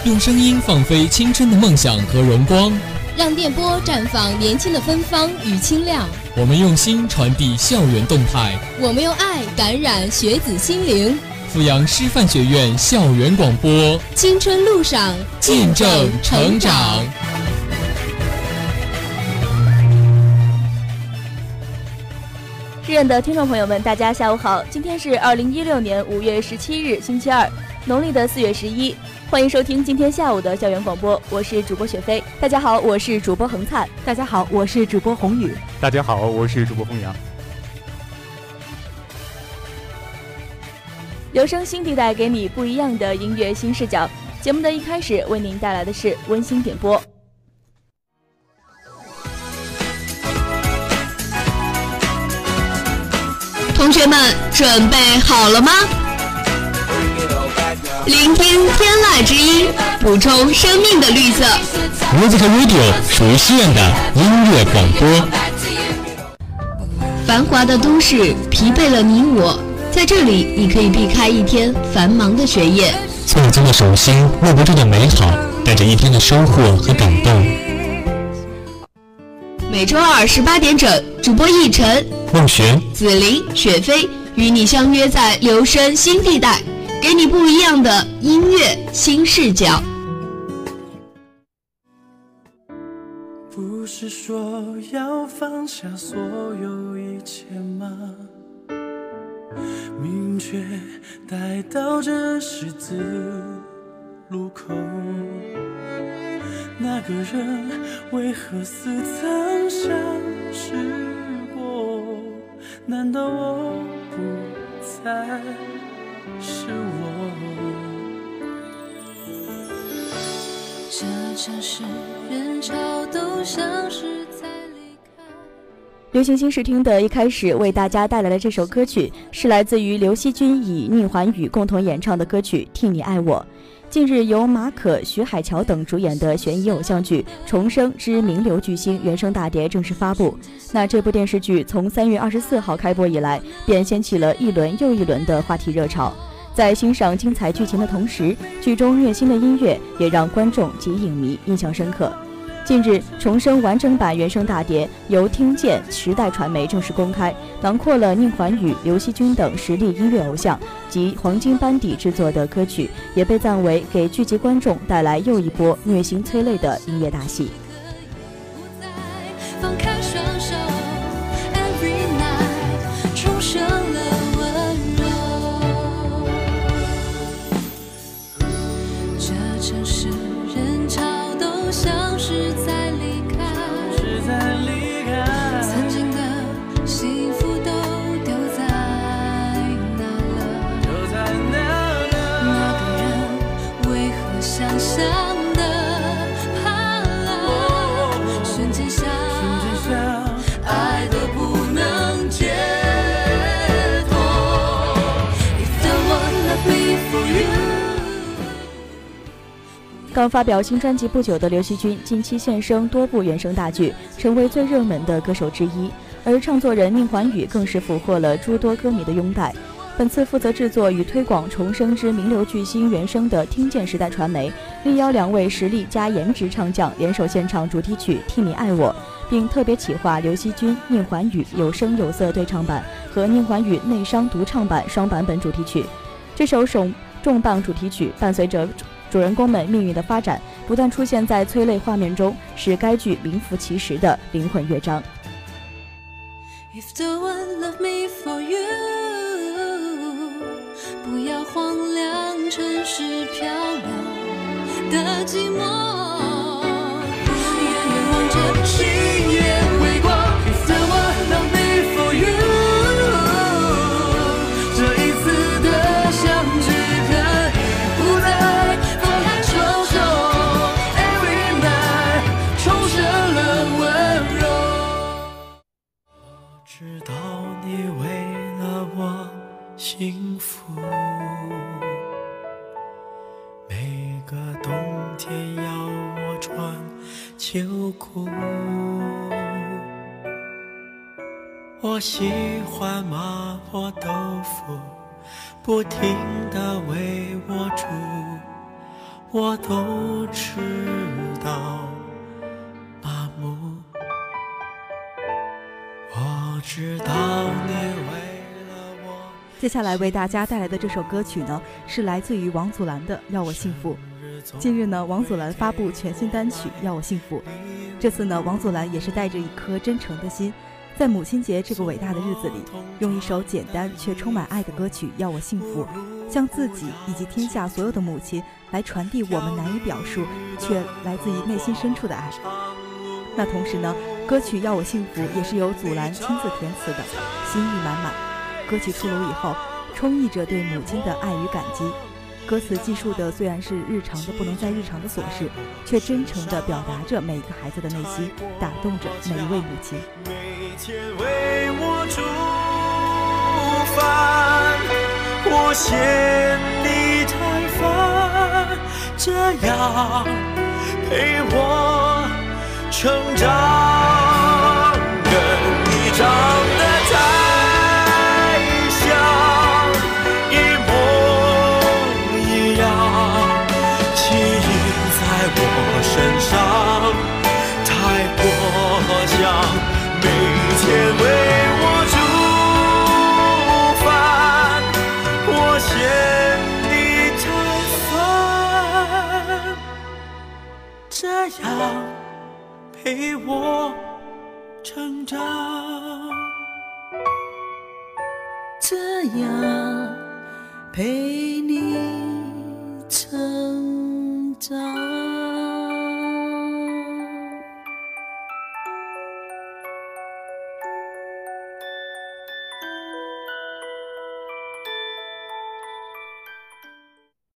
用声音放飞青春的梦想和荣光， 让电波绽放年轻的芬芳与清亮。 我们用心传递校园动态， 我们用爱感染学子心灵。 阜阳师范学院校园广播， 青春路上见证成长。 志愿的听众朋友们，大家下午好，今天是2016年5月17日星期二，农历的4月11，欢迎收听今天下午的校园广播，我是主播雪飞。大家好，我是主播恒灿。 大家好，我是主播宏宇。 大家好，我是主播风阳。 留声新地带，给你不一样的音乐新视角。节目的一开始，为您带来的是温馨点播。 同学们准备好了吗？聆听天籁之音，补充生命的绿色。 Music Radio 属于西院的音乐广播。 繁华的都市疲惫了你我，在这里你可以避开一天繁忙的学业， 匆匆的手心握不住的美好，带着一天的收获和感动。 每周二18点整，主播奕晨、 孟璇、 子琳、雪飞与你相约在留声新地带，给你不一样的音乐新视角。 不是说要放下所有一切吗？明确带到这十字路口，那个人为何似曾相识过？难道我不再是我？ 这城市人潮都像是在离开。 流行新视听的一开始为大家带来的这首歌曲是来自于刘惜君与宁桓宇共同演唱的歌曲《替你爱我》。近日由马可、徐海乔等主演的悬疑偶像剧《重生之名流巨星》原声大碟正式发布。那这部电视剧从3月24号开播以来，便掀起了一轮又一轮的话题热潮。在欣赏精彩剧情的同时，剧中虐心的音乐也让观众及影迷印象深刻。近日，《重生》完整版原声大碟由听见时代传媒正式公开，囊括了宁桓宇、刘惜君等实力音乐偶像及黄金班底制作的歌曲，也被赞为给剧集观众带来又一波虐心催泪的音乐大戏。 放开双手 Every night 重生了温柔，这城市人潮都像是在离开，曾经的幸福都丢在哪了？那个人为何想象的怕了？瞬间想爱的不能解脱。If the one love me for you。 刚发表新专辑不久的刘惜君，近期现身多部原声大剧，成为最热门的歌手之一。而唱作人宁桓宇更是俘获了诸多歌迷的拥戴。本次负责制作与推广《重生之名流巨星》原声的听见时代传媒，力邀2位实力加颜值唱将联手献唱主题曲《替你爱我》，并特别企划刘惜君、宁桓宇有声有色对唱版和宁桓宇内伤独唱版双版本主题曲。这首重磅主题曲伴随着主人公们命运的发展，不断出现在催泪画面中，是该剧名副其实的灵魂乐章。 If the one love me for you， 不要荒凉城市漂流的寂寞，远远望着星月微光。 If the one love me for you， 这一次的相聚可以不再放开双手 Every night 重生了温柔。 我知道你为了我幸福，每个冬天要我穿秋裤。我喜欢麻婆豆腐，不停地为我煮。 我都知道麻木。我知道你为了我。 接下来为大家带来的这首歌曲呢，是来自于王祖蓝的《要我幸福》。近日呢，王祖蓝发布全新单曲《要我幸福》。这次呢，王祖蓝也是带着一颗真诚的心，在母亲节这个伟大的日子里，用一首简单却充满爱的歌曲《要我幸福》，向自己以及天下所有的母亲来传递我们难以表述却来自于内心深处的爱。那同时呢，歌曲《要我幸福》也是由祖蓝亲自填词的，心意满满。歌曲出炉以后，充溢着对母亲的爱与感激。歌词记述的虽然是日常的不能再日常的琐事，却真诚地表达着每一个孩子的内心，打动着每一位母亲。 每天为我煮饭，我嫌你太烦，这样陪我成长，跟你长得太像，一模一样，基因在我身上太过强，每天为我煮饭，我嫌你太烦，这样陪我成长，这样陪